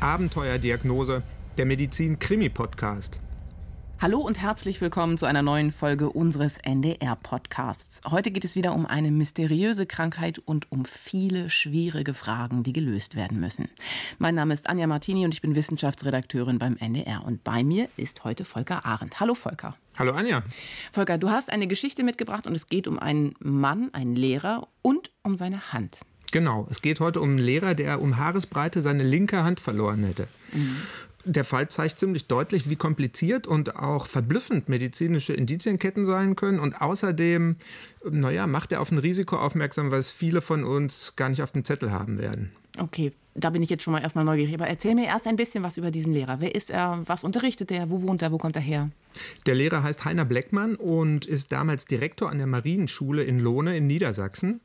Abenteuerdiagnose, der Medizin-Krimi-Podcast. Hallo und herzlich willkommen zu einer neuen Folge unseres NDR-Podcasts. Heute geht es wieder um eine mysteriöse Krankheit und um viele schwierige Fragen, die gelöst werden müssen. Mein Name ist Anja Martini und ich bin Wissenschaftsredakteurin beim NDR. Und bei mir ist heute Volker Arendt. Hallo Volker. Hallo Anja. Volker, du hast eine Geschichte mitgebracht und es geht um einen Mann, einen Lehrer und um seine Hand. Genau, es geht heute um einen Lehrer, der um Haaresbreite seine linke Hand verloren hätte. Der Fall zeigt ziemlich deutlich, wie kompliziert und auch verblüffend medizinische Indizienketten sein können. Und außerdem, macht er auf ein Risiko aufmerksam, was viele von uns gar nicht auf dem Zettel haben werden. Okay, da bin ich jetzt schon mal erstmal neugierig. Aber erzähl mir erst ein bisschen was über diesen Lehrer. Wer ist er? Was unterrichtet er? Wo wohnt er? Wo kommt er her? Der Lehrer heißt Heiner Bleckmann und ist damals Direktor an der Marienschule in Lohne in Niedersachsen.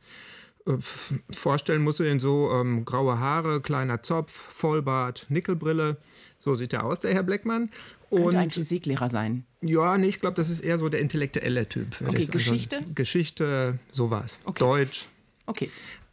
Vorstellen musst du ihn so, graue Haare, kleiner Zopf, Vollbart, Nickelbrille. So sieht er aus, der Herr Bleckmann. Könnte ein Physiklehrer sein. Ja, nee, ich glaube, das ist eher so der intellektuelle Typ. Okay, Geschichte? Also Geschichte, sowas. Okay. Deutsch. Okay.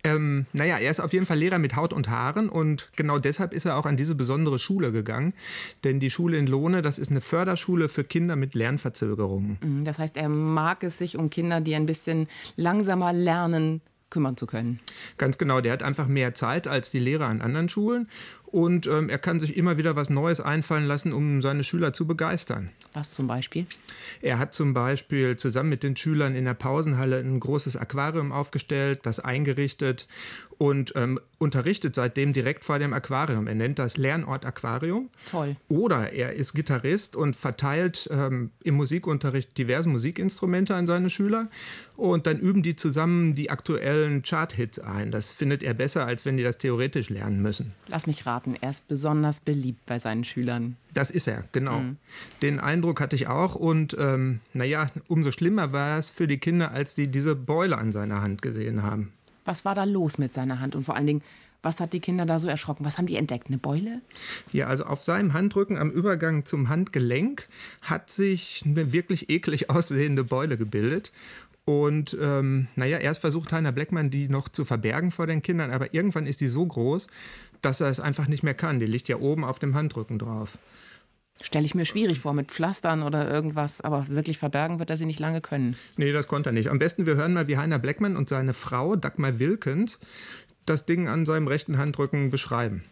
Er ist auf jeden Fall Lehrer mit Haut und Haaren und genau deshalb ist er auch an diese besondere Schule gegangen. Denn die Schule in Lohne, das ist eine Förderschule für Kinder mit Lernverzögerungen. Das heißt, er mag es sich um Kinder, die ein bisschen langsamer lernen, kümmern zu können. Ganz genau, der hat einfach mehr Zeit als die Lehrer an anderen Schulen und er kann sich immer wieder was Neues einfallen lassen, um seine Schüler zu begeistern. Was zum Beispiel? Er hat zum Beispiel zusammen mit den Schülern in der Pausenhalle ein großes Aquarium aufgestellt, das eingerichtet und unterrichtet seitdem direkt vor dem Aquarium. Er nennt das Lernort Aquarium. Toll. Oder er ist Gitarrist und verteilt im Musikunterricht diverse Musikinstrumente an seine Schüler und dann üben die zusammen die aktuellen Chart-Hits ein. Das findet er besser, als wenn die das theoretisch lernen müssen. Lass mich raten, er ist besonders beliebt bei seinen Schülern. Das ist er, genau. Den Eindruck hatte ich auch und umso schlimmer war es für die Kinder, als die diese Beule an seiner Hand gesehen haben. Was war da los mit seiner Hand und vor allen Dingen, was hat die Kinder da so erschrocken? Was haben die entdeckt? Eine Beule? Ja, also auf seinem Handrücken am Übergang zum Handgelenk hat sich eine wirklich eklig aussehende Beule gebildet. Und erst versucht Heiner Bleckmann, die noch zu verbergen vor den Kindern, aber irgendwann ist die so groß, dass er es einfach nicht mehr kann. Die liegt ja oben auf dem Handrücken drauf. Stelle ich mir schwierig vor, mit Pflastern oder irgendwas, aber wirklich verbergen wird er sie nicht lange können. Nee, das konnte er nicht. Am besten, wir hören mal, wie Heiner Bleckmann und seine Frau Dagmar Wilkens das Ding an seinem rechten Handrücken beschreiben.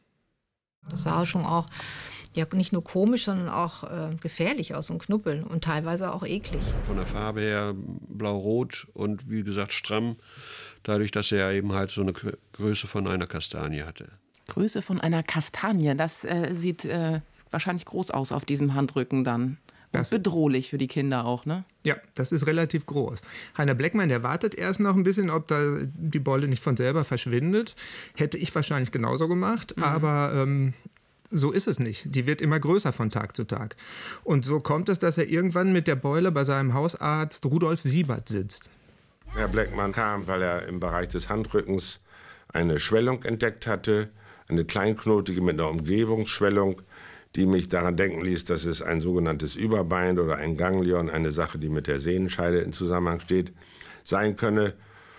Das sah schon auch nicht nur komisch, sondern auch gefährlich aus, so ein Knubbel und teilweise auch eklig. Von der Farbe her blau-rot und wie gesagt stramm, dadurch, dass er eben halt so eine Größe von einer Kastanie hatte. Größe von einer Kastanie, das sieht wahrscheinlich groß aus auf diesem Handrücken dann. Und bedrohlich für die Kinder auch, ne? Ja, das ist relativ groß. Heiner Bleckmann, der wartet erst noch ein bisschen, ob da die Beule nicht von selber verschwindet. Hätte ich wahrscheinlich genauso gemacht, aber so ist es nicht. Die wird immer größer von Tag zu Tag. Und so kommt es, dass er irgendwann mit der Beule bei seinem Hausarzt Rudolf Siebert sitzt. Herr Bleckmann kam, weil er im Bereich des Handrückens eine Schwellung entdeckt hatte, eine kleinknotige mit einer Umgebungsschwellung, die mich daran denken ließ, dass es ein sogenanntes Überbein oder ein Ganglion, eine Sache, die mit der Sehnenscheide in Zusammenhang steht, sein könne.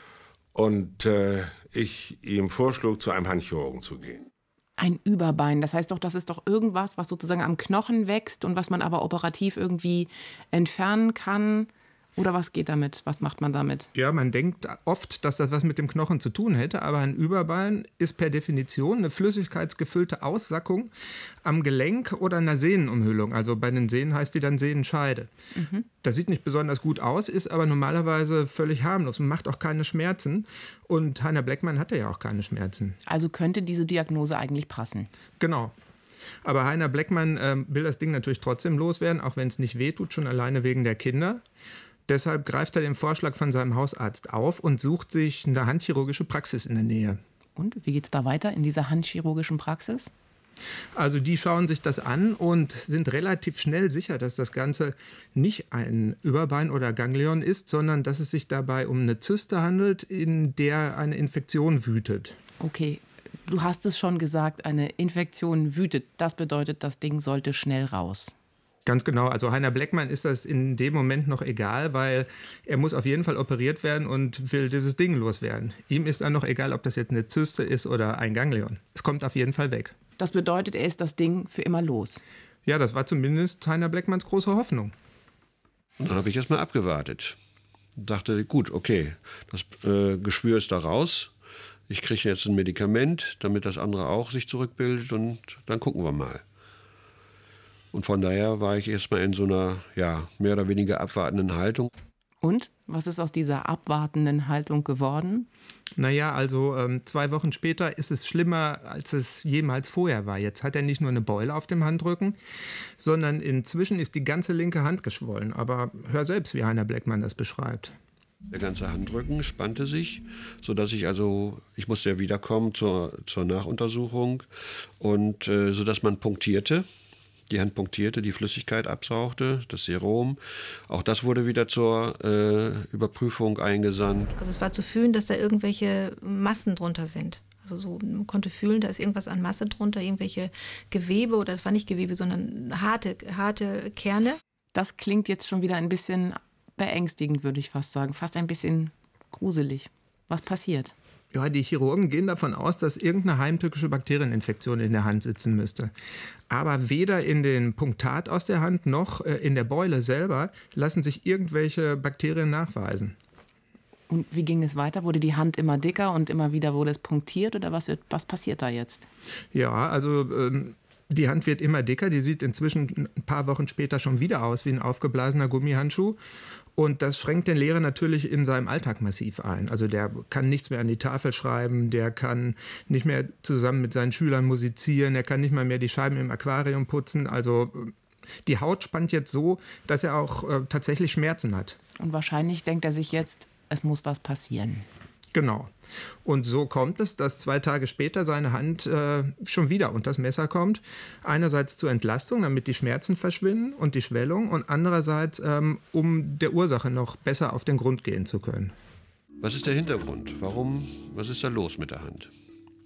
Und ich ihm vorschlug, zu einem Handchirurgen zu gehen. Ein Überbein, das heißt doch, das ist doch irgendwas, was sozusagen am Knochen wächst und was man aber operativ irgendwie entfernen kann. Oder was geht damit? Was macht man damit? Ja, man denkt oft, dass das was mit dem Knochen zu tun hätte, aber ein Überbein ist per Definition eine flüssigkeitsgefüllte Aussackung am Gelenk oder einer Sehnenumhüllung. Also bei den Sehnen heißt die dann Sehnenscheide. Das sieht nicht besonders gut aus, ist aber normalerweise völlig harmlos und macht auch keine Schmerzen. Und Heiner Bleckmann hatte ja auch keine Schmerzen. Also könnte diese Diagnose eigentlich passen? Genau. Aber Heiner Bleckmann will das Ding natürlich trotzdem loswerden, auch wenn es nicht wehtut, schon alleine wegen der Kinder. Deshalb greift er den Vorschlag von seinem Hausarzt auf und sucht sich eine handchirurgische Praxis in der Nähe. Und wie geht's da weiter in dieser handchirurgischen Praxis? Also die schauen sich das an und sind relativ schnell sicher, dass das Ganze nicht ein Überbein oder Ganglion ist, sondern dass es sich dabei um eine Zyste handelt, in der eine Infektion wütet. Okay, du hast es schon gesagt, eine Infektion wütet. Das bedeutet, das Ding sollte schnell raus. Ganz genau. Also Heiner Bleckmann ist das in dem Moment noch egal, weil er muss auf jeden Fall operiert werden und will dieses Ding loswerden. Ihm ist dann noch egal, ob das jetzt eine Zyste ist oder ein Ganglion. Es kommt auf jeden Fall weg. Das bedeutet, er ist das Ding für immer los. Ja, das war zumindest Heiner Bleckmanns große Hoffnung. Und dann habe ich erst mal abgewartet. Und dachte, gut, okay, das Geschwür ist da raus. Ich kriege jetzt ein Medikament, damit das andere auch sich zurückbildet und dann gucken wir mal. Und von daher war ich erst mal in so einer, ja, mehr oder weniger abwartenden Haltung. Und was ist aus dieser abwartenden Haltung geworden? Naja, also 2 Wochen später ist es schlimmer, als es jemals vorher war. Jetzt hat er nicht nur eine Beule auf dem Handrücken, sondern inzwischen ist die ganze linke Hand geschwollen. Aber hör selbst, wie Heiner Bleckmann das beschreibt. Der ganze Handrücken spannte sich, sodass ich musste ja wiederkommen zur Nachuntersuchung und sodass man punktierte. Die Hand punktierte, die Flüssigkeit absauchte, das Serum. Auch das wurde wieder zur Überprüfung eingesandt. Also es war zu fühlen, dass da irgendwelche Massen drunter sind. Also so, man konnte fühlen, da ist irgendwas an Masse drunter, irgendwelche Gewebe, oder es war nicht Gewebe, sondern harte Kerne. Das klingt jetzt schon wieder ein bisschen beängstigend, würde ich fast sagen. Fast ein bisschen gruselig. Was passiert? Ja, die Chirurgen gehen davon aus, dass irgendeine heimtückische Bakterieninfektion in der Hand sitzen müsste. Aber weder in den Punktat aus der Hand noch in der Beule selber lassen sich irgendwelche Bakterien nachweisen. Und wie ging es weiter? Wurde die Hand immer dicker und immer wieder wurde es punktiert? Oder was passiert da jetzt? Ja, also die Hand wird immer dicker. Die sieht inzwischen ein paar Wochen später schon wieder aus wie ein aufgeblasener Gummihandschuh. Und das schränkt den Lehrer natürlich in seinem Alltag massiv ein. Also der kann nichts mehr an die Tafel schreiben, der kann nicht mehr zusammen mit seinen Schülern musizieren, der kann nicht mal mehr die Scheiben im Aquarium putzen. Also die Haut spannt jetzt so, dass er auch tatsächlich Schmerzen hat. Und wahrscheinlich denkt er sich jetzt, es muss was passieren. Genau. Und so kommt es, dass 2 Tage später seine Hand schon wieder unter das Messer kommt. Einerseits zur Entlastung, damit die Schmerzen verschwinden und die Schwellung, und andererseits, um der Ursache noch besser auf den Grund gehen zu können. Was ist der Hintergrund? Was ist da los mit der Hand?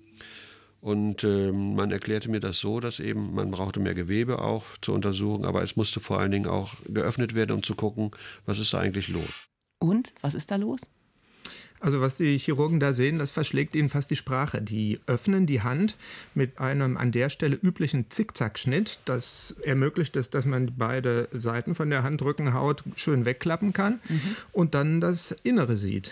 Und man erklärte mir das so, dass eben man brauchte mehr Gewebe auch zur Untersuchung, aber es musste vor allen Dingen auch geöffnet werden, um zu gucken, was ist da eigentlich los. Und, was ist da los? Also was die Chirurgen da sehen, das verschlägt ihnen fast die Sprache. Die öffnen die Hand mit einem an der Stelle üblichen Zickzackschnitt. Das ermöglicht es, dass man beide Seiten von der Handrückenhaut schön wegklappen kann und dann das Innere sieht.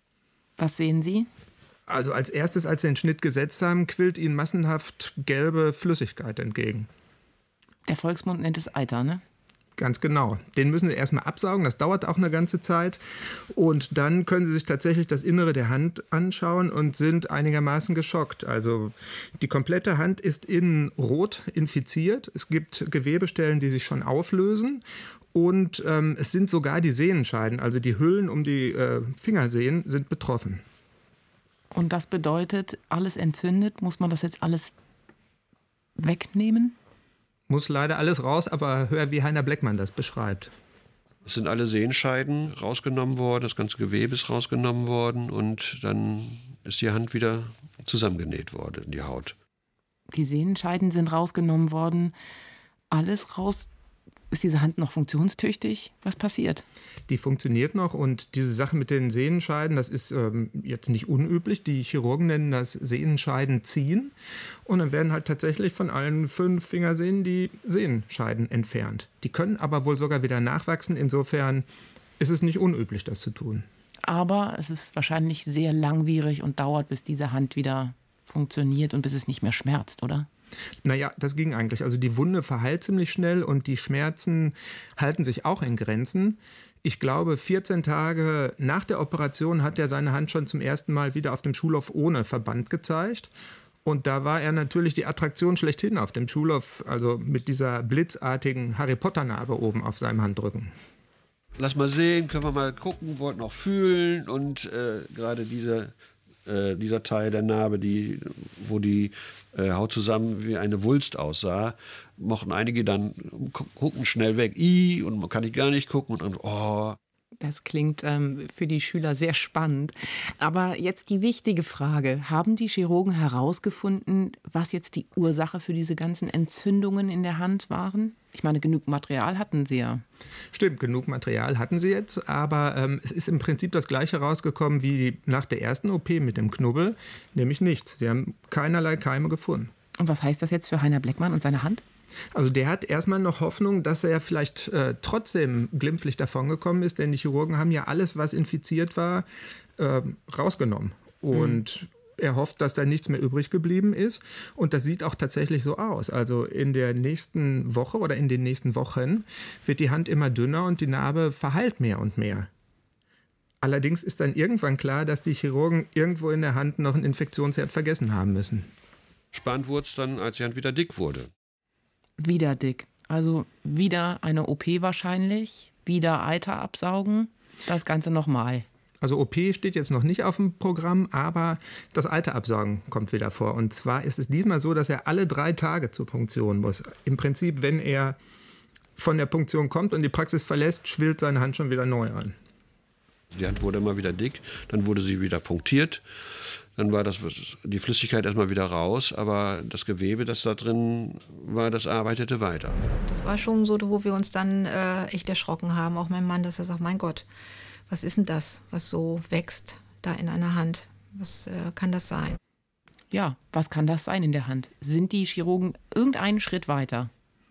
Was sehen Sie? Also als erstes, als sie den Schnitt gesetzt haben, quillt ihnen massenhaft gelbe Flüssigkeit entgegen. Der Volksmund nennt es Eiter, ne? Ganz genau. Den müssen sie erstmal absaugen, das dauert auch eine ganze Zeit. Und dann können sie sich tatsächlich das Innere der Hand anschauen und sind einigermaßen geschockt. Also die komplette Hand ist innen rot infiziert. Es gibt Gewebestellen, die sich schon auflösen. Und es sind sogar die Sehnenscheiden, also die Hüllen um die Fingersehnen, sind betroffen. Und das bedeutet, alles entzündet, muss man das jetzt alles wegnehmen? Muss leider alles raus, aber hör, wie Heiner Bleckmann das beschreibt. Es sind alle Sehnenscheiden rausgenommen worden, das ganze Gewebe ist rausgenommen worden und dann ist die Hand wieder zusammengenäht worden, die Haut. Die Sehnenscheiden sind rausgenommen worden, alles raus. Ist diese Hand noch funktionstüchtig? Was passiert? Die funktioniert noch, und diese Sache mit den Sehnenscheiden, das ist jetzt nicht unüblich. Die Chirurgen nennen das Sehnenscheiden ziehen. Und dann werden halt tatsächlich von allen 5 Fingersehnen die Sehnenscheiden entfernt. Die können aber wohl sogar wieder nachwachsen. Insofern ist es nicht unüblich, das zu tun. Aber es ist wahrscheinlich sehr langwierig und dauert, bis diese Hand wieder funktioniert und bis es nicht mehr schmerzt, oder? Naja, das ging eigentlich. Also die Wunde verheilt ziemlich schnell und die Schmerzen halten sich auch in Grenzen. Ich glaube, 14 Tage nach der Operation hat er seine Hand schon zum ersten Mal wieder auf dem Schulhof ohne Verband gezeigt. Und da war er natürlich die Attraktion schlechthin auf dem Schulhof, also mit dieser blitzartigen Harry-Potter-Narbe oben auf seinem Handrücken. Lass mal sehen, können wir mal gucken, wollten auch fühlen und gerade dieser Teil der Narbe, wo die Haut zusammen wie eine Wulst aussah, mochten einige dann gucken schnell weg, und man kann nicht gar nicht gucken und oh. Das klingt für die Schüler sehr spannend. Aber jetzt die wichtige Frage. Haben die Chirurgen herausgefunden, was jetzt die Ursache für diese ganzen Entzündungen in der Hand waren? Ich meine, genug Material hatten sie ja. Stimmt, genug Material hatten sie jetzt, aber es ist im Prinzip das Gleiche rausgekommen wie nach der ersten OP mit dem Knubbel, nämlich nichts. Sie haben keinerlei Keime gefunden. Und was heißt das jetzt für Heiner Bleckmann und seine Hand? Also der hat erstmal noch Hoffnung, dass er vielleicht trotzdem glimpflich davongekommen ist, denn die Chirurgen haben ja alles, was infiziert war, rausgenommen. Und er hofft, dass da nichts mehr übrig geblieben ist. Und das sieht auch tatsächlich so aus. Also in der nächsten Woche oder in den nächsten Wochen wird die Hand immer dünner und die Narbe verheilt mehr und mehr. Allerdings ist dann irgendwann klar, dass die Chirurgen irgendwo in der Hand noch einen Infektionsherd vergessen haben müssen. Spannend wurde es dann, als die Hand wieder dick wurde. Wieder dick. Also wieder eine OP wahrscheinlich, wieder Eiter absaugen, das Ganze nochmal. Also OP steht jetzt noch nicht auf dem Programm, aber das Eiterabsaugen kommt wieder vor. Und zwar ist es diesmal so, dass er alle 3 Tage zur Punktion muss. Im Prinzip, wenn er von der Punktion kommt und die Praxis verlässt, schwillt seine Hand schon wieder neu an. Die Hand wurde immer wieder dick, dann wurde sie wieder punktiert. Dann war die Flüssigkeit erstmal wieder raus, aber das Gewebe, das da drin war, das arbeitete weiter. Das war schon so, wo wir uns dann echt erschrocken haben, auch mein Mann, dass er sagt, mein Gott, was ist denn das, was so wächst da in einer Hand? Was kann das sein? Ja, was kann das sein in der Hand? Sind die Chirurgen irgendeinen Schritt weiter?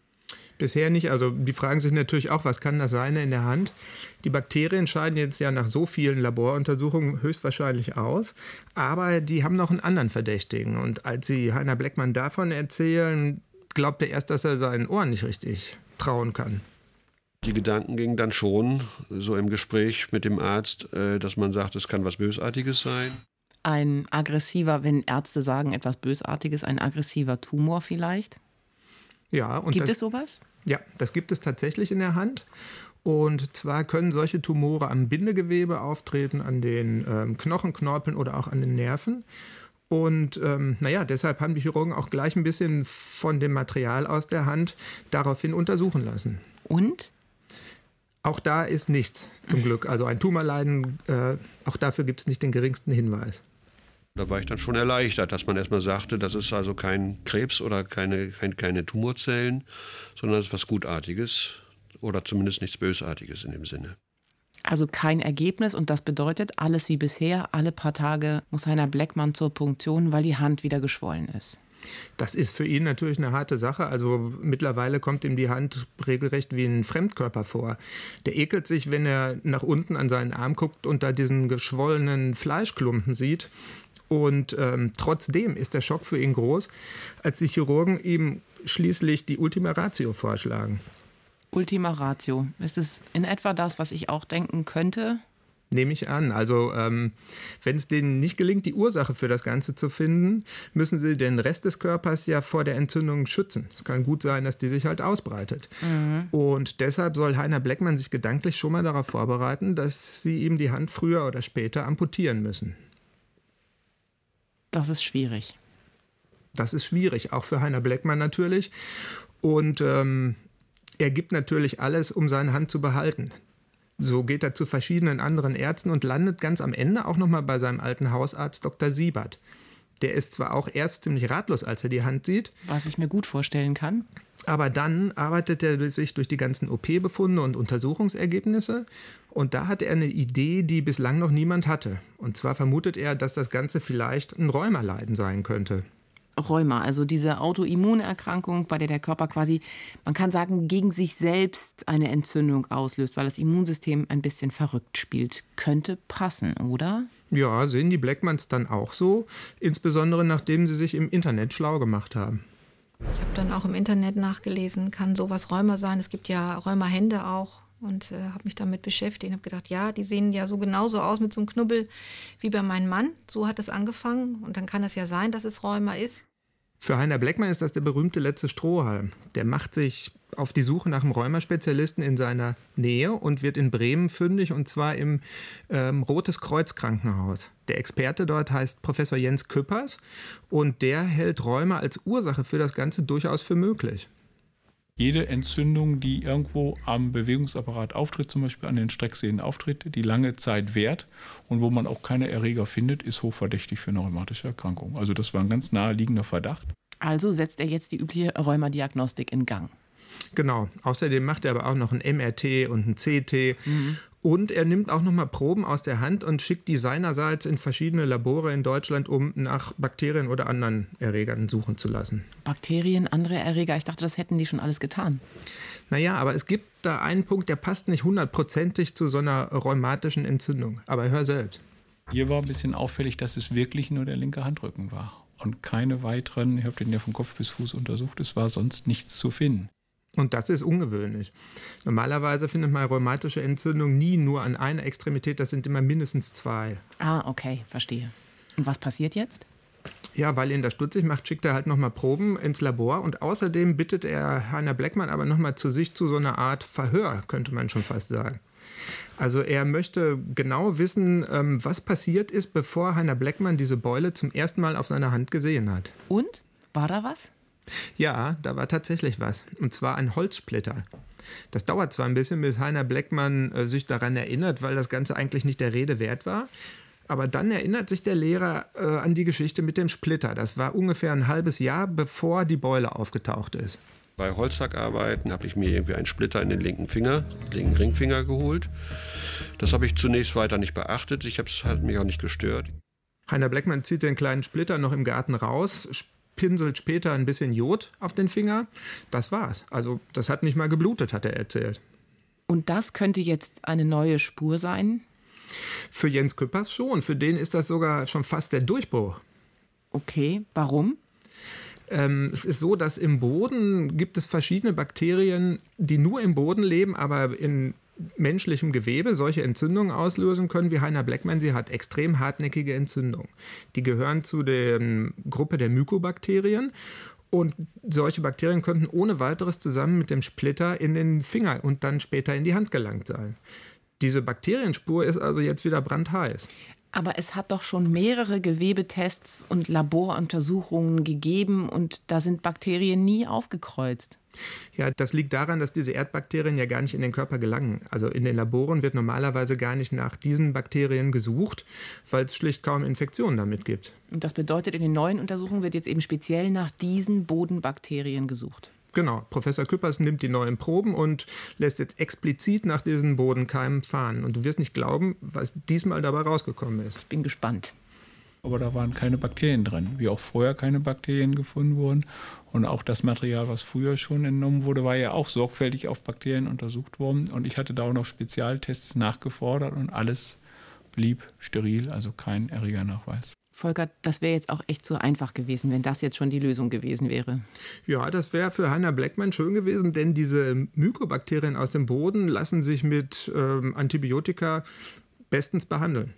Bisher nicht. Also die fragen sich natürlich auch, was kann das sein in der Hand? Die Bakterien scheiden jetzt ja nach so vielen Laboruntersuchungen höchstwahrscheinlich aus. Aber die haben noch einen anderen Verdächtigen. Und als sie Heiner Bleckmann davon erzählen, glaubt er erst, dass er seinen Ohren nicht richtig trauen kann. Die Gedanken gingen dann schon so im Gespräch mit dem Arzt, dass man sagt, es kann was Bösartiges sein. Ein aggressiver, wenn Ärzte sagen, etwas Bösartiges, ein aggressiver Tumor vielleicht? Ja, und Gibt es sowas? Ja, das gibt es tatsächlich in der Hand. Und zwar können solche Tumore am Bindegewebe auftreten, an den Knochenknorpeln oder auch an den Nerven. Und deshalb haben die Chirurgen auch gleich ein bisschen von dem Material aus der Hand daraufhin untersuchen lassen. Und? Auch da ist nichts, zum Glück. Also ein Tumorleiden, auch dafür gibt es nicht den geringsten Hinweis. Da war ich dann schon erleichtert, dass man erstmal sagte, das ist also kein Krebs oder keine Tumorzellen, sondern es ist was Gutartiges oder zumindest nichts Bösartiges in dem Sinne. Also kein Ergebnis und das bedeutet, alles wie bisher, alle paar Tage muss Heiner Bleckmann zur Punktion, weil die Hand wieder geschwollen ist. Das ist für ihn natürlich eine harte Sache. Also mittlerweile kommt ihm die Hand regelrecht wie ein Fremdkörper vor. Der ekelt sich, wenn er nach unten an seinen Arm guckt und da diesen geschwollenen Fleischklumpen sieht. Und trotzdem ist der Schock für ihn groß, als die Chirurgen ihm schließlich die Ultima Ratio vorschlagen. Ultima Ratio. Ist es in etwa das, was ich auch denken könnte? Nehme ich an. Also wenn es denen nicht gelingt, die Ursache für das Ganze zu finden, müssen sie den Rest des Körpers ja vor der Entzündung schützen. Es kann gut sein, dass die sich halt ausbreitet. Und deshalb soll Heiner Bleckmann sich gedanklich schon mal darauf vorbereiten, dass sie ihm die Hand früher oder später amputieren müssen. Das ist schwierig. Das ist schwierig, auch für Heiner Bleckmann natürlich. Und er gibt natürlich alles, um seine Hand zu behalten. So geht er zu verschiedenen anderen Ärzten und landet ganz am Ende auch nochmal bei seinem alten Hausarzt Dr. Siebert. Der ist zwar auch erst ziemlich ratlos, als er die Hand sieht. Was ich mir gut vorstellen kann. Aber dann arbeitet er sich durch die ganzen OP-Befunde und Untersuchungsergebnisse. Und da hat er eine Idee, die bislang noch niemand hatte. Und zwar vermutet er, dass das Ganze vielleicht ein Rheumaleiden sein könnte. Rheuma, also diese Autoimmunerkrankung, bei der Körper quasi, man kann sagen, gegen sich selbst eine Entzündung auslöst, weil das Immunsystem ein bisschen verrückt spielt. Könnte passen, oder? Ja, sehen die Bleckmanns dann auch so, insbesondere nachdem sie sich im Internet schlau gemacht haben. Ich habe dann auch im Internet nachgelesen, kann sowas Rheuma sein. Es gibt ja Rheumahände auch und habe mich damit beschäftigt und habe gedacht, ja, die sehen ja so genauso aus mit so einem Knubbel wie bei meinem Mann. So hat es angefangen und dann kann es ja sein, dass es Rheuma ist. Für Heiner Bleckmann ist das der berühmte letzte Strohhalm. Der macht sich auf die Suche nach einem Rheumaspezialisten in seiner Nähe und wird in Bremen fündig, und zwar im Rotes Kreuz Krankenhaus. Der Experte dort heißt Professor Jens Küppers und der hält Rheuma als Ursache für das Ganze durchaus für möglich. Jede Entzündung, die irgendwo am Bewegungsapparat auftritt, zum Beispiel an den Strecksehnen auftritt, die lange Zeit währt und wo man auch keine Erreger findet, ist hochverdächtig für eine rheumatische Erkrankung. Also das war ein ganz naheliegender Verdacht. Also setzt er jetzt die übliche Rheumadiagnostik in Gang. Genau. Außerdem macht er aber auch noch ein MRT und ein CT. Und er nimmt auch nochmal Proben aus der Hand und schickt die seinerseits in verschiedene Labore in Deutschland, um nach Bakterien oder anderen Erregern suchen zu lassen. Bakterien, andere Erreger, ich dachte, das hätten die schon alles getan. Naja, aber es gibt da einen Punkt, der passt nicht 100%ig zu so einer rheumatischen Entzündung. Aber hör selbst. Hier war ein bisschen auffällig, dass es wirklich nur der linke Handrücken war. Und keine weiteren, ich habe den ja von Kopf bis Fuß untersucht, es war sonst nichts zu finden. Und das ist ungewöhnlich. Normalerweise findet man rheumatische Entzündung nie nur an einer Extremität, das sind immer mindestens 2. Ah, okay, verstehe. Und was passiert jetzt? Ja, weil ihn das stutzig macht, schickt er halt nochmal Proben ins Labor und außerdem bittet er Heiner Bleckmann aber nochmal zu sich zu so einer Art Verhör, könnte man schon fast sagen. Also er möchte genau wissen, was passiert ist, bevor Heiner Bleckmann diese Beule zum ersten Mal auf seiner Hand gesehen hat. Und? War da was? Ja, da war tatsächlich was. Und zwar ein Holzsplitter. Das dauert zwar ein bisschen, bis Heiner Bleckmann sich daran erinnert, weil das Ganze eigentlich nicht der Rede wert war. Aber dann erinnert sich der Lehrer an die Geschichte mit dem Splitter. Das war ungefähr ein halbes Jahr, bevor die Beule aufgetaucht ist. Bei Holzhackarbeiten habe ich mir irgendwie einen Splitter in den linken Ringfinger geholt. Das habe ich zunächst weiter nicht beachtet. Es hat mich auch nicht gestört. Heiner Bleckmann zieht den kleinen Splitter noch im Garten raus, pinselt später ein bisschen Jod auf den Finger. Das war's. Also das hat nicht mal geblutet, hat er erzählt. Und das könnte jetzt eine neue Spur sein? Für Jens Küppers schon. Für den ist das sogar schon fast der Durchbruch. Okay, warum? Es ist so, dass im Boden gibt es verschiedene Bakterien, die nur im Boden leben, aber in menschlichem Gewebe solche Entzündungen auslösen können, wie Heiner Bleckmann sie hat. Extrem hartnäckige Entzündungen. Die gehören zu der Gruppe der Mykobakterien. Und solche Bakterien könnten ohne weiteres zusammen mit dem Splitter in den Finger und dann später in die Hand gelangt sein. Diese Bakterienspur ist also jetzt wieder brandheiß. Aber es hat doch schon mehrere Gewebetests und Laboruntersuchungen gegeben und da sind Bakterien nie aufgekreuzt. Ja, das liegt daran, dass diese Erdbakterien ja gar nicht in den Körper gelangen. Also in den Laboren wird normalerweise gar nicht nach diesen Bakterien gesucht, weil es schlicht kaum Infektionen damit gibt. Und das bedeutet, in den neuen Untersuchungen wird jetzt eben speziell nach diesen Bodenbakterien gesucht. Genau, Professor Küppers nimmt die neuen Proben und lässt jetzt explizit nach diesen Bodenkeimen fahren. Und du wirst nicht glauben, was diesmal dabei rausgekommen ist. Ich bin gespannt. Aber da waren keine Bakterien drin, wie auch vorher keine Bakterien gefunden wurden. Und auch das Material, was früher schon entnommen wurde, war ja auch sorgfältig auf Bakterien untersucht worden. Und ich hatte da auch noch Spezialtests nachgefordert und alles blieb steril, also kein Erregernachweis. Volker, das wäre jetzt auch echt so einfach gewesen, wenn das jetzt schon die Lösung gewesen wäre. Ja, das wäre für Heiner Bleckmann schön gewesen, denn diese Mykobakterien aus dem Boden lassen sich mit Antibiotika bestens behandeln.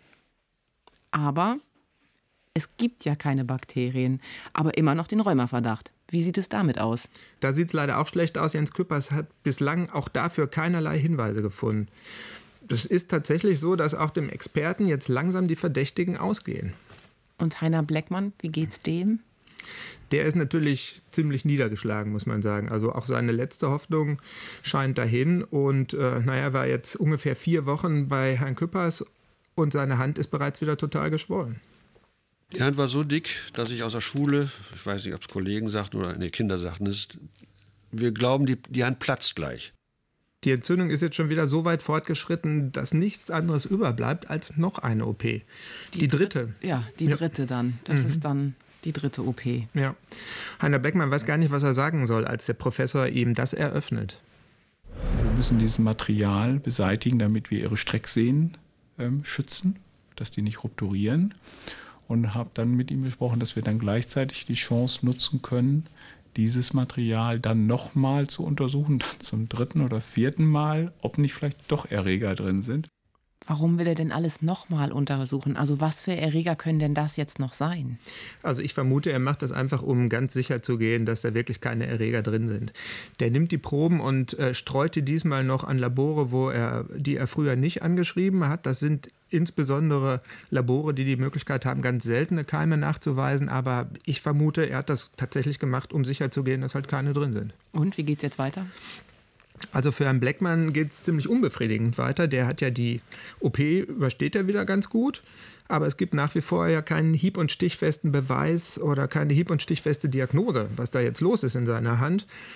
Aber es gibt ja keine Bakterien, aber immer noch den Rheumaverdacht. Wie sieht es damit aus? Da sieht es leider auch schlecht aus. Jens Küppers hat bislang auch dafür keinerlei Hinweise gefunden. Es ist tatsächlich so, dass auch dem Experten jetzt langsam die Verdächtigen ausgehen. Und Heiner Bleckmann, wie geht's dem? Der ist natürlich ziemlich niedergeschlagen, muss man sagen. Also auch seine letzte Hoffnung scheint dahin. Und er war jetzt ungefähr 4 Wochen bei Herrn Küppers und seine Hand ist bereits wieder total geschwollen. Die Hand war so dick, dass ich aus der Schule, ich weiß nicht, ob es Kollegen sagten oder Kinder sagten, wir glauben, die Hand platzt gleich. Die Entzündung ist jetzt schon wieder so weit fortgeschritten, dass nichts anderes überbleibt als noch eine OP. Die dritte. Ja, die dritte dann. Das ist dann die dritte OP. Ja. Heiner Bleckmann weiß gar nicht, was er sagen soll, als der Professor ihm das eröffnet. Wir müssen dieses Material beseitigen, damit wir ihre Strecksehnen schützen, dass die nicht rupturieren. Und habe dann mit ihm besprochen, dass wir dann gleichzeitig die Chance nutzen können, dieses Material dann nochmal zu untersuchen, dann zum 3. oder 4. Mal, ob nicht vielleicht doch Erreger drin sind. Warum will er denn alles nochmal untersuchen? Also was für Erreger können denn das jetzt noch sein? Also ich vermute, er macht das einfach, um ganz sicher zu gehen, dass da wirklich keine Erreger drin sind. Der nimmt die Proben und streut die diesmal noch an Labore, die er früher nicht angeschrieben hat. Das sind insbesondere Labore, die die Möglichkeit haben, ganz seltene Keime nachzuweisen. Aber ich vermute, er hat das tatsächlich gemacht, um sicher zu gehen, dass halt keine drin sind. Und wie geht's jetzt weiter? Also für Herrn Bleckmann geht es ziemlich unbefriedigend weiter. Der hat ja die OP, übersteht er wieder ganz gut. Aber es gibt nach wie vor ja keinen hieb- und stichfesten Beweis oder keine hieb- und stichfeste Diagnose, was da jetzt los ist in seiner Hand.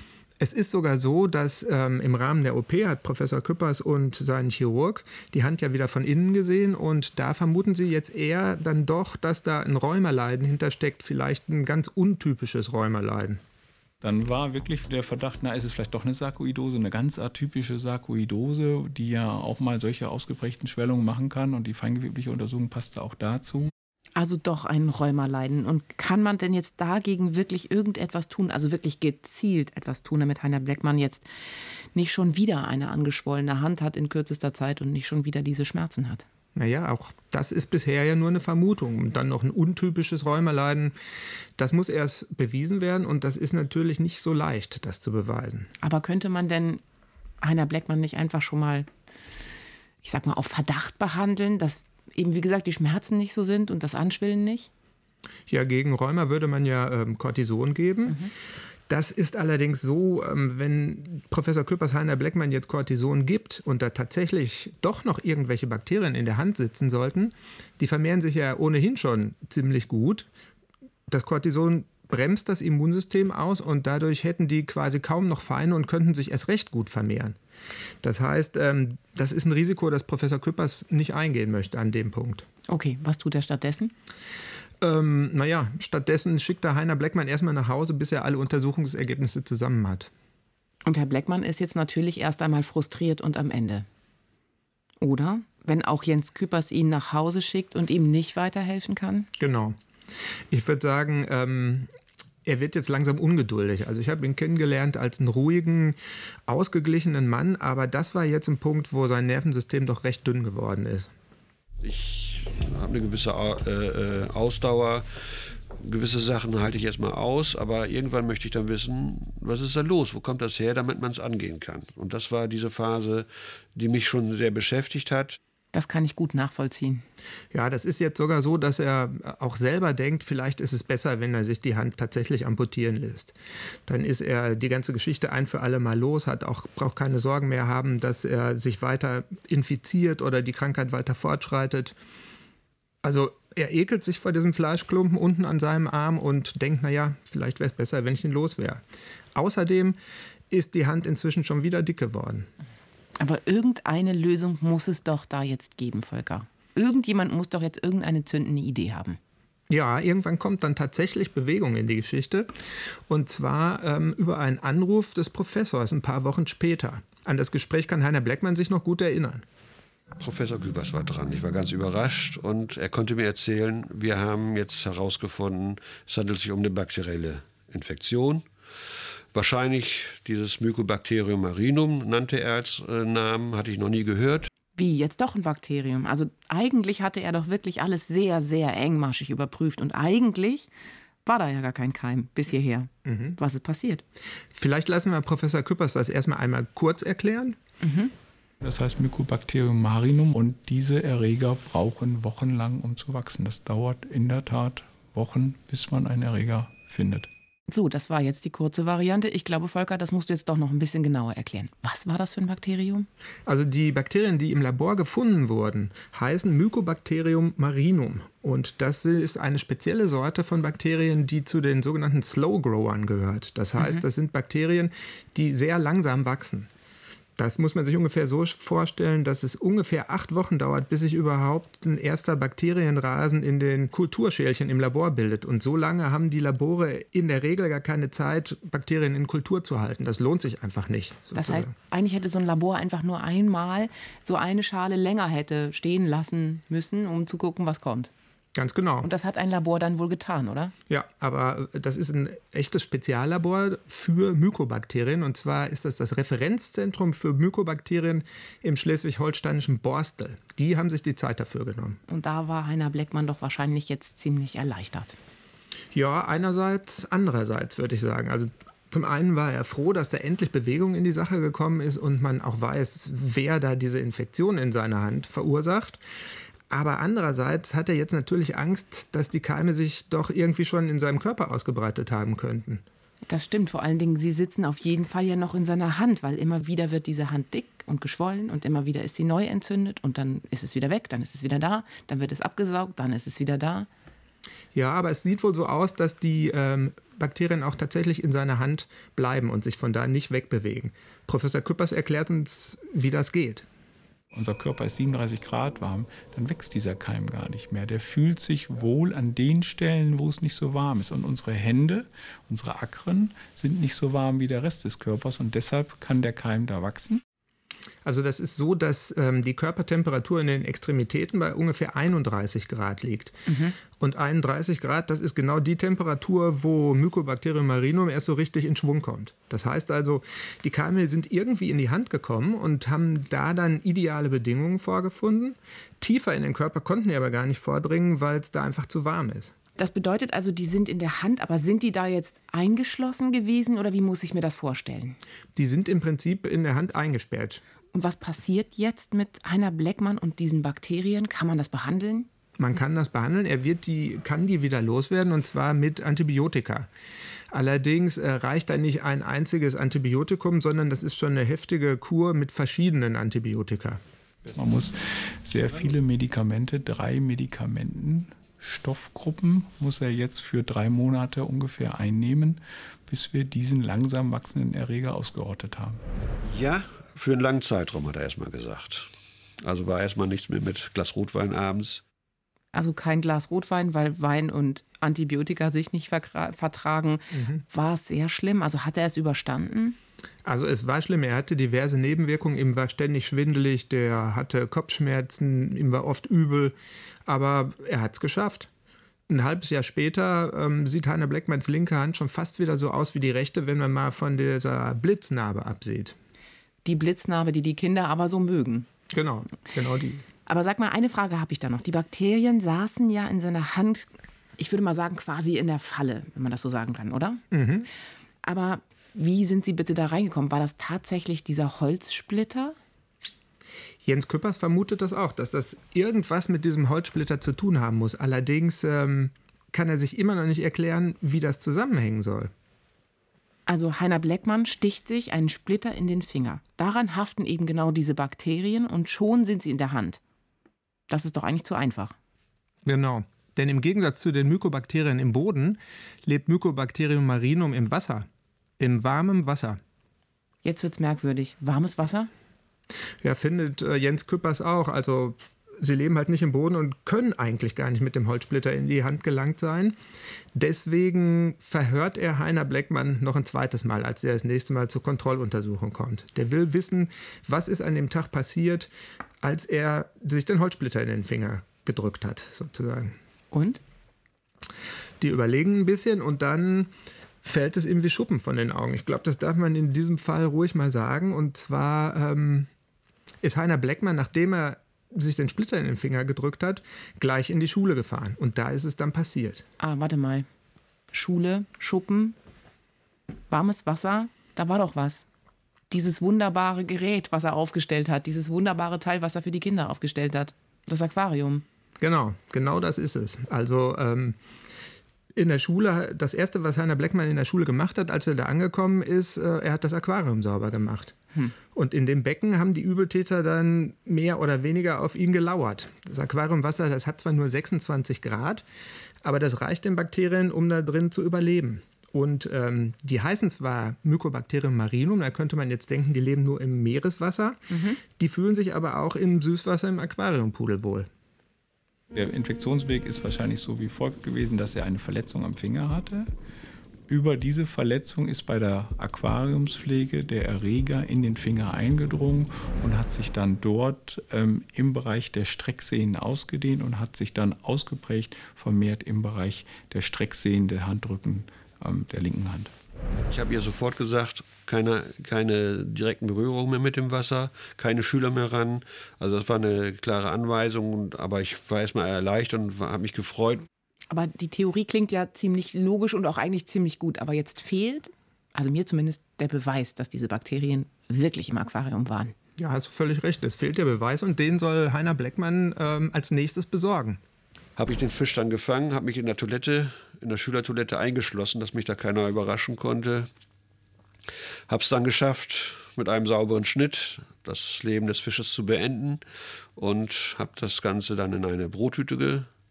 Es ist sogar so, dass im Rahmen der OP hat Professor Küppers und sein Chirurg die Hand ja wieder von innen gesehen und da vermuten sie jetzt eher dann doch, dass da ein Rheumerleiden hintersteckt, vielleicht ein ganz untypisches Rheumerleiden. Dann war wirklich der Verdacht, na, ist es vielleicht doch eine Sarkoidose, eine ganz atypische Sarkoidose, die ja auch mal solche ausgeprägten Schwellungen machen kann und die feingewebliche Untersuchung passte auch dazu. Also doch ein Rheumaleiden. Und kann man denn jetzt dagegen wirklich irgendetwas tun, also wirklich gezielt etwas tun, damit Heiner Bleckmann jetzt nicht schon wieder eine angeschwollene Hand hat in kürzester Zeit und nicht schon wieder diese Schmerzen hat? Naja, auch das ist bisher ja nur eine Vermutung. Und dann noch ein untypisches Rheumaleiden, das muss erst bewiesen werden und das ist natürlich nicht so leicht, das zu beweisen. Aber könnte man denn Heiner Bleckmann nicht einfach schon mal, ich sag mal, auf Verdacht behandeln, dass eben, wie gesagt, die Schmerzen nicht so sind und das Anschwillen nicht? Ja, gegen Rheuma würde man ja Cortison geben. Das ist allerdings so, wenn Professor Küppers Heiner Bleckmann jetzt Cortison gibt und da tatsächlich doch noch irgendwelche Bakterien in der Hand sitzen sollten, die vermehren sich ja ohnehin schon ziemlich gut. Das Cortison bremst das Immunsystem aus und dadurch hätten die quasi kaum noch Feinde und könnten sich erst recht gut vermehren. Das heißt, das ist ein Risiko, das Professor Küppers nicht eingehen möchte an dem Punkt. Okay, was tut er stattdessen? Stattdessen schickt er Heiner Bleckmann erstmal nach Hause, bis er alle Untersuchungsergebnisse zusammen hat. Und Herr Bleckmann ist jetzt natürlich erst einmal frustriert und am Ende. Oder? Wenn auch Jens Küppers ihn nach Hause schickt und ihm nicht weiterhelfen kann? Genau. Ich würde sagen, er wird jetzt langsam ungeduldig. Also ich habe ihn kennengelernt als einen ruhigen, ausgeglichenen Mann, aber das war jetzt ein Punkt, wo sein Nervensystem doch recht dünn geworden ist. Ich habe eine gewisse Ausdauer. Gewisse Sachen halte ich erstmal aus, aber irgendwann möchte ich dann wissen, was ist da los? Wo kommt das her, damit man es angehen kann? Und das war diese Phase, die mich schon sehr beschäftigt hat. Das kann ich gut nachvollziehen. Ja, das ist jetzt sogar so, dass er auch selber denkt, vielleicht ist es besser, wenn er sich die Hand tatsächlich amputieren lässt. Dann ist er die ganze Geschichte ein für alle Mal los, braucht keine Sorgen mehr haben, dass er sich weiter infiziert oder die Krankheit weiter fortschreitet. Also er ekelt sich vor diesem Fleischklumpen unten an seinem Arm und denkt, naja, vielleicht wäre es besser, wenn ich ihn los wäre. Außerdem ist die Hand inzwischen schon wieder dick geworden. Aber irgendeine Lösung muss es doch da jetzt geben, Volker. Irgendjemand muss doch jetzt irgendeine zündende Idee haben. Ja, irgendwann kommt dann tatsächlich Bewegung in die Geschichte. Und zwar über einen Anruf des Professors ein paar Wochen später. An das Gespräch kann Heiner Bleckmann sich noch gut erinnern. Professor Küppers war dran. Ich war ganz überrascht und er konnte mir erzählen, wir haben jetzt herausgefunden, es handelt sich um eine bakterielle Infektion. Wahrscheinlich dieses Mycobacterium marinum, nannte er als Namen, hatte ich noch nie gehört. Wie, jetzt doch ein Bakterium? Also eigentlich hatte er doch wirklich alles sehr, sehr engmaschig überprüft. Und eigentlich war da ja gar kein Keim bis hierher. Was ist passiert? Vielleicht lassen wir Professor Küppers das erstmal einmal kurz erklären. Das heißt Mycobacterium marinum und diese Erreger brauchen wochenlang, um zu wachsen. Das dauert in der Tat Wochen, bis man einen Erreger findet. So, das war jetzt die kurze Variante. Ich glaube, Volker, das musst du jetzt doch noch ein bisschen genauer erklären. Was war das für ein Bakterium? Also die Bakterien, die im Labor gefunden wurden, heißen Mycobacterium marinum. Und das ist eine spezielle Sorte von Bakterien, die zu den sogenannten Slow Growern gehört. Das heißt, das sind Bakterien, die sehr langsam wachsen. Das muss man sich ungefähr so vorstellen, dass es ungefähr 8 Wochen dauert, bis sich überhaupt ein erster Bakterienrasen in den Kulturschälchen im Labor bildet. Und so lange haben die Labore in der Regel gar keine Zeit, Bakterien in Kultur zu halten. Das lohnt sich einfach nicht. Sozusagen. Das heißt, eigentlich hätte so ein Labor einfach nur einmal so eine Schale länger hätte stehen lassen müssen, um zu gucken, was kommt. Ganz genau. Und das hat ein Labor dann wohl getan, oder? Ja, aber das ist ein echtes Speziallabor für Mykobakterien. Und zwar ist das Referenzzentrum für Mykobakterien im schleswig-holsteinischen Borstel. Die haben sich die Zeit dafür genommen. Und da war Heiner Bleckmann doch wahrscheinlich jetzt ziemlich erleichtert. Ja, einerseits, andererseits würde ich sagen. Also zum einen war er froh, dass da endlich Bewegung in die Sache gekommen ist und man auch weiß, wer da diese Infektion in seiner Hand verursacht. Aber andererseits hat er jetzt natürlich Angst, dass die Keime sich doch irgendwie schon in seinem Körper ausgebreitet haben könnten. Das stimmt. Vor allen Dingen, sie sitzen auf jeden Fall ja noch in seiner Hand, weil immer wieder wird diese Hand dick und geschwollen und immer wieder ist sie neu entzündet und dann ist es wieder weg, dann ist es wieder da, dann wird es abgesaugt, dann ist es wieder da. Ja, aber es sieht wohl so aus, dass die Bakterien auch tatsächlich in seiner Hand bleiben und sich von da nicht wegbewegen. Professor Küppers erklärt uns, wie das geht. Unser Körper ist 37 Grad warm, dann wächst dieser Keim gar nicht mehr. Der fühlt sich wohl an den Stellen, wo es nicht so warm ist. Und unsere Hände, unsere Akren sind nicht so warm wie der Rest des Körpers und deshalb kann der Keim da wachsen. Also das ist so, dass die Körpertemperatur in den Extremitäten bei ungefähr 31 Grad liegt. Und 31 Grad, das ist genau die Temperatur, wo Mycobacterium marinum erst so richtig in Schwung kommt. Das heißt also, die Keime sind irgendwie in die Hand gekommen und haben da dann ideale Bedingungen vorgefunden. Tiefer in den Körper konnten die aber gar nicht vordringen, weil es da einfach zu warm ist. Das bedeutet also, die sind in der Hand, aber sind die da jetzt eingeschlossen gewesen oder wie muss ich mir das vorstellen? Die sind im Prinzip in der Hand eingesperrt. Und was passiert jetzt mit Heiner Bleckmann und diesen Bakterien? Kann man das behandeln? Man kann das behandeln, kann die wieder loswerden und zwar mit Antibiotika. Allerdings reicht da nicht ein einziges Antibiotikum, sondern das ist schon eine heftige Kur mit verschiedenen Antibiotika. Man muss sehr viele Medikamente, 3 Stoffgruppen muss er jetzt für 3 Monate ungefähr einnehmen, bis wir diesen langsam wachsenden Erreger ausgerottet haben. Ja, für einen langen Zeitraum, hat er erstmal gesagt. Also war erstmal nichts mehr mit Glas Rotwein abends. Also kein Glas Rotwein, weil Wein und Antibiotika sich nicht vertragen. War es sehr schlimm? Also hat er es überstanden? Also es war schlimm. Er hatte diverse Nebenwirkungen. Ihm war ständig schwindelig, der hatte Kopfschmerzen, ihm war oft übel. Aber er hat es geschafft. Ein halbes Jahr später sieht Heiner Bleckmanns linke Hand schon fast wieder so aus wie die rechte, wenn man mal von dieser Blitznarbe absieht. Die Blitznarbe, die Kinder aber so mögen. Genau die. Aber sag mal, eine Frage habe ich da noch. Die Bakterien saßen ja in seiner Hand, ich würde mal sagen, quasi in der Falle, wenn man das so sagen kann, oder? Aber wie sind sie bitte da reingekommen? War das tatsächlich dieser Holzsplitter? Jens Küppers vermutet das auch, dass das irgendwas mit diesem Holzsplitter zu tun haben muss. Allerdings kann er sich immer noch nicht erklären, wie das zusammenhängen soll. Also Heiner Bleckmann sticht sich einen Splitter in den Finger. Daran haften eben genau diese Bakterien und schon sind sie in der Hand. Das ist doch eigentlich zu einfach. Genau. Denn im Gegensatz zu den Mycobakterien im Boden lebt Mycobacterium marinum im Wasser. Im warmen Wasser. Jetzt wird's merkwürdig. Warmes Wasser? Ja, findet Jens Küppers auch. Also sie leben halt nicht im Boden und können eigentlich gar nicht mit dem Holzsplitter in die Hand gelangt sein. Deswegen verhört er Heiner Bleckmann noch ein zweites Mal, als er das nächste Mal zur Kontrolluntersuchung kommt. Der will wissen, was ist an dem Tag passiert, als er sich den Holzsplitter in den Finger gedrückt hat, sozusagen. Und? Die überlegen ein bisschen und dann fällt es ihm wie Schuppen von den Augen. Ich glaube, das darf man in diesem Fall ruhig mal sagen. Und zwar ist Heiner Bleckmann, nachdem er sich den Splitter in den Finger gedrückt hat, gleich in die Schule gefahren. Und da ist es dann passiert. Ah, warte mal. Schule, Schuppen, warmes Wasser, da war doch was. Dieses wunderbare Gerät, was er aufgestellt hat, dieses wunderbare Teil, was er für die Kinder aufgestellt hat. Das Aquarium. Genau das ist es. Also in der Schule, das Erste, was Heiner Bleckmann in der Schule gemacht hat, als er da angekommen ist, er hat das Aquarium sauber gemacht. Und in dem Becken haben die Übeltäter dann mehr oder weniger auf ihn gelauert. Das Aquariumwasser, das hat zwar nur 26 Grad, aber das reicht den Bakterien, um da drin zu überleben. Und die heißen zwar Mycobacterium marinum, da könnte man jetzt denken, die leben nur im Meereswasser. Die fühlen sich aber auch im Süßwasser im Aquarium pudelwohl. Der Infektionsweg ist wahrscheinlich so wie folgt gewesen, dass er eine Verletzung am Finger hatte. Über diese Verletzung ist bei der Aquariumspflege der Erreger in den Finger eingedrungen und hat sich dann dort im Bereich der Strecksehnen ausgedehnt und hat sich dann ausgeprägt vermehrt im Bereich der Strecksehnen der Handrücken der linken Hand. Ich habe ihr sofort gesagt, keine direkten Berührungen mehr mit dem Wasser, keine Schüler mehr ran. Also das war eine klare Anweisung, aber ich war erstmal erleichtert und habe mich gefreut. Aber die Theorie klingt ja ziemlich logisch und auch eigentlich ziemlich gut. Aber jetzt fehlt, also mir zumindest, der Beweis, dass diese Bakterien wirklich im Aquarium waren. Ja, hast du völlig recht. Es fehlt der Beweis und den soll Heiner Bleckmann als nächstes besorgen. Habe ich den Fisch dann gefangen, habe mich in der Schülertoilette eingeschlossen, dass mich da keiner überraschen konnte. Habe es dann geschafft, mit einem sauberen Schnitt das Leben des Fisches zu beenden und habe das Ganze dann in eine Brottüte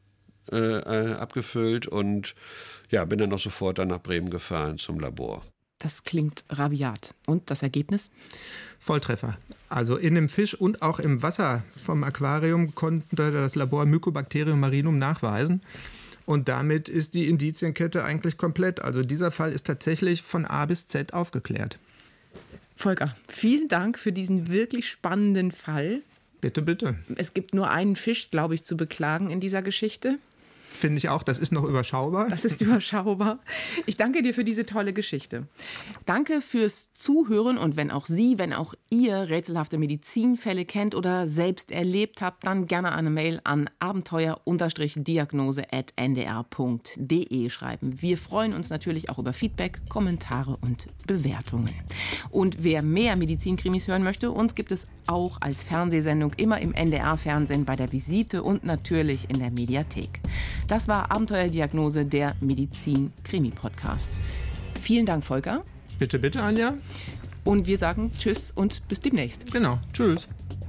abgefüllt und ja, bin dann noch sofort dann nach Bremen gefahren zum Labor. Das klingt rabiat. Und das Ergebnis? Volltreffer. Also in dem Fisch und auch im Wasser vom Aquarium konnte das Labor Mycobacterium marinum nachweisen. Und damit ist die Indizienkette eigentlich komplett. Also dieser Fall ist tatsächlich von A bis Z aufgeklärt. Volker, vielen Dank für diesen wirklich spannenden Fall. Bitte, bitte. Es gibt nur einen Fisch, glaube ich, zu beklagen in dieser Geschichte. Finde ich auch, das ist noch überschaubar. Das ist überschaubar. Ich danke dir für diese tolle Geschichte. Danke fürs Zuhören und wenn auch Sie, wenn auch ihr rätselhafte Medizinfälle kennt oder selbst erlebt habt, dann gerne eine Mail an abenteuer-diagnose@ndr.de schreiben. Wir freuen uns natürlich auch über Feedback, Kommentare und Bewertungen. Und wer mehr Medizinkrimis hören möchte, uns gibt es auch als Fernsehsendung immer im NDR-Fernsehen bei der Visite und natürlich in der Mediathek. Das war Abenteuerdiagnose, der Medizin-Krimi-Podcast. Vielen Dank, Volker. Bitte, bitte, Anja. Und wir sagen Tschüss und bis demnächst. Genau, tschüss.